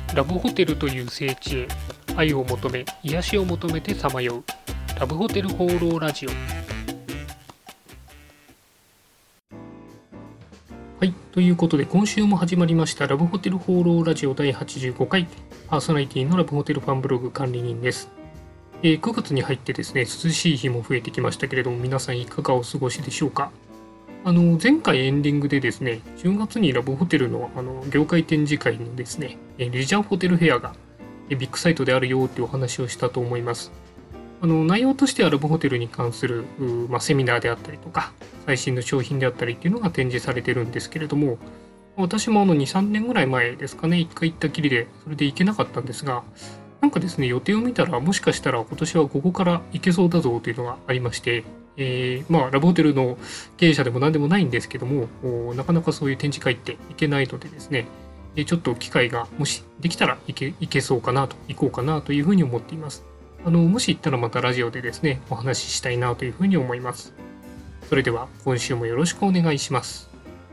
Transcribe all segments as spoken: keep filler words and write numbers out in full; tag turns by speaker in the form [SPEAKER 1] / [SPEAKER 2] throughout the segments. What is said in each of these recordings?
[SPEAKER 1] ラブホテルという聖地へ愛を求め癒しを求めてさまようラブホテル放浪ラジオ。はい、ということで今週も始まりましたラブホテル放浪ラジオだいはちじゅうごかい、パーソナリティのラブホテルファンブログ管理人です。えー、くがつに入ってですね、涼しい日も増えてきましたけれども、皆さんいかがお過ごしでしょうか。あの前回エンディングでですね、じゅうがつにラブホテルのあの業界展示会のですね、レジャーホテルフェアがビッグサイトであるよっていうお話をしたと思います。あの内容としてはラブホテルに関する、まあ、セミナーであったりとか、最新の商品であったりっていうのが展示されてるんですけれども、私もあのに、さんねんぐらい前ですかね、いっかい行ったきりで、それで行けなかったんですが、なんかですね、予定を見たら、もしかしたら今年はここから行けそうだぞというのがありまして、えー、まあ、ラブホテルの経営者でも何でもないんですけども、なかなかそういう展示会って行けないのでですね、ちょっと機会がもしできたら行け、行けそうかなと、行こうかなというふうに思っています。あの、もし行ったらまたラジオでですね、お話ししたいなというふうに思います。それでは、今週もよろしくお願いします。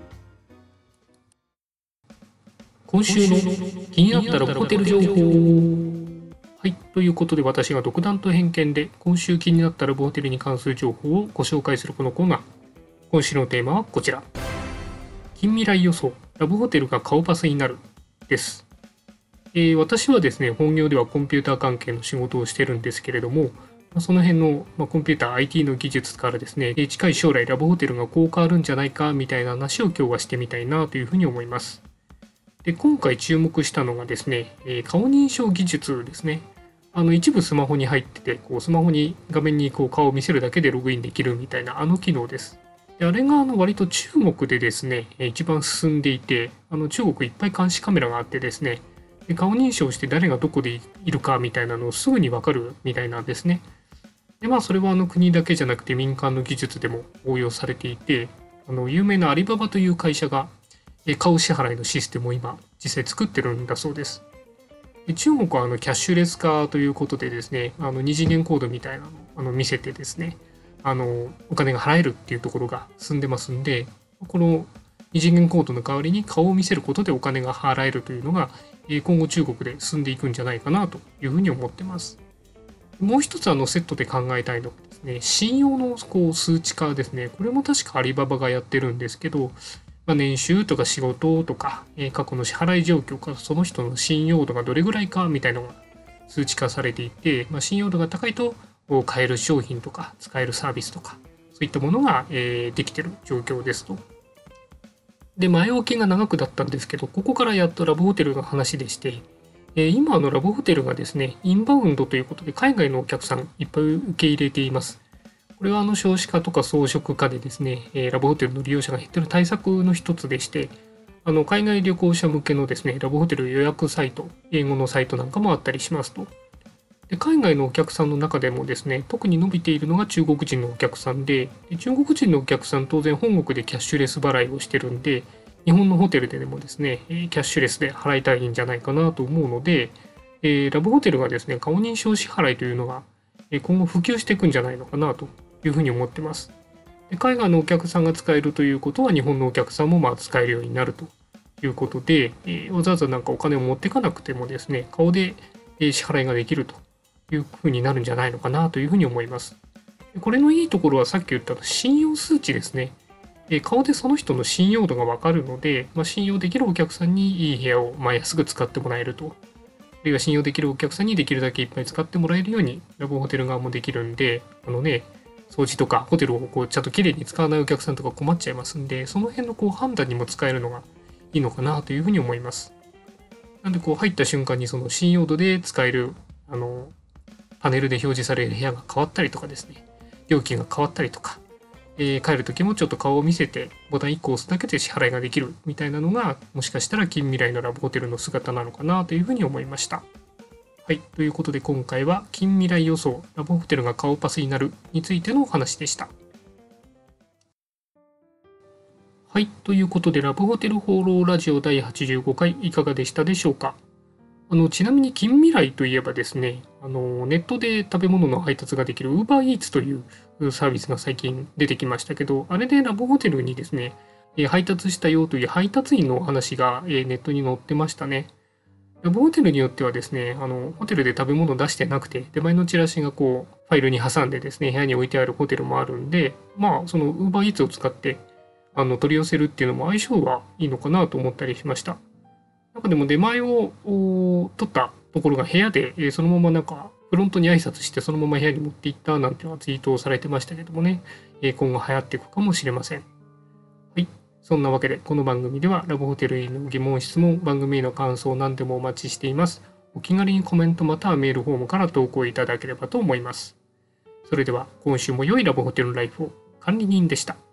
[SPEAKER 1] 今週の気になったラブホテル情報。はい、ということで私が独断と偏見で今週気になったラブホテルに関する情報をご紹介するこのコーナー。今週のテーマはこちら。近未来予想、ラブホテルが顔パスになるです。えー、私はですね、本業ではコンピューター関係の仕事をしてるんですけれども、その辺の、まあ、コンピューター アイティー の技術からですね、近い将来ラブホテルがこう変わるんじゃないかみたいな話を今日はしてみたいなというふうに思います。で、今回注目したのがですね、えー、顔認証技術ですね。あの一部スマホに入ってて、こうスマホに画面にこう顔を見せるだけでログインできるみたいなあの機能です。で、あれがあの割と中国でですね、一番進んでいて、あの中国いっぱい監視カメラがあってですね、で顔認証して誰がどこでいるかみたいなのをすぐにわかるみたいなんですね。で、まあそれはあの国だけじゃなくて民間の技術でも応用されていて、あの有名なアリババという会社が顔支払いのシステムを今実際作ってるんだそうです。で、中国はあのキャッシュレス化ということでですね、あの二次元コードみたいなのをあの見せてですね、あのお金が払えるっていうところが進んでますんで、この二次元コードの代わりに顔を見せることでお金が払えるというのが今後中国で進んでいくんじゃないかなというふうに思ってます。もう一つあのセットで考えたいのがですね、信用のこう数値化ですね。これも確かアリババがやってるんですけど、まあ、年収とか仕事とか、えー、過去の支払い状況か、その人の信用度がどれぐらいかみたいなのが数値化されていて、まあ、信用度が高いと買える商品とか使えるサービスとか、そういったものが、えー、できてる状況ですと。で、前置きが長くだったんですけど、ここからやっとラブホテルの話でして、えー、今のラブホテルがですね、インバウンドということで海外のお客さんいっぱい受け入れています。これはあの少子化とか装飾化でですね、ラブホテルの利用者が減っている対策の一つでして、あの海外旅行者向けのですね、ラブホテル予約サイト、英語のサイトなんかもあったりしますと。で、海外のお客さんの中でもですね、特に伸びているのが中国人のお客さんで、で中国人のお客さん当然本国でキャッシュレス払いをしてるんで、日本のホテルででもですね、キャッシュレスで払いたいんじゃないかなと思うので、えー、ラブホテルがですね、顔認証支払いというのが今後普及していくんじゃないのかなというふうに思ってます。で、海外のお客さんが使えるということは日本のお客さんもまあ使えるようになるということで、えー、わざわざなんかお金を持っていかなくてもですね、顔で支払いができるというふうになるんじゃないのかなというふうに思います。で、これのいいところはさっき言った信用数値ですね。えー、顔でその人の信用度がわかるので、まあ、信用できるお客さんにいい部屋をまあ安く使ってもらえると。あるいは信用できるお客さんにできるだけいっぱい使ってもらえるようにラブホテル側もできるんで、あのね、掃除とかホテルをこうちゃんときれいに使わないお客さんとか困っちゃいますんで、その辺のこう判断にも使えるのがいいのかなというふうに思います。なんでこう入った瞬間にその信用度で使えるあのパネルで表示される部屋が変わったりとかですね、料金が変わったりとか、えー、帰る時もちょっと顔を見せてボタンいっこ押すだけで支払いができるみたいなのが、もしかしたら近未来のラブホテルの姿なのかなというふうに思いました。はい、ということで今回は近未来予想、ラブホテルが顔パスになるについてのお話でした。はい、ということでラブホテル放浪ラジオだいはちじゅうごかいいかがでしたでしょうか。あのちなみに近未来といえばですね、あのネットで食べ物の配達ができる UberEats というサービスが最近出てきましたけど、あれでラブホテルにですね、配達したよという配達員のお話がネットに載ってましたね。 ラブホテルによってはですね、あのホテルで食べ物を出してなくて、出前のチラシがこうファイルに挟んでですね、部屋に置いてあるホテルもあるんで、まあ、その UberEats を使ってあの取り寄せるっていうのも相性はいいのかなと思ったりしました。なんかでも出前をお取ったところが部屋で、えーそのままなんかフロントに挨拶してそのまま部屋に持って行ったなんていうのはツイートをされてましたけどもね、えー今後流行っていくかもしれません。はい。そんなわけで、この番組ではラブホテルへの疑問、質問、番組への感想何でもお待ちしています。お気軽にコメントまたはメールフォームから投稿いただければと思います。それでは今週も良いラブホテルのライフを。管理人でした。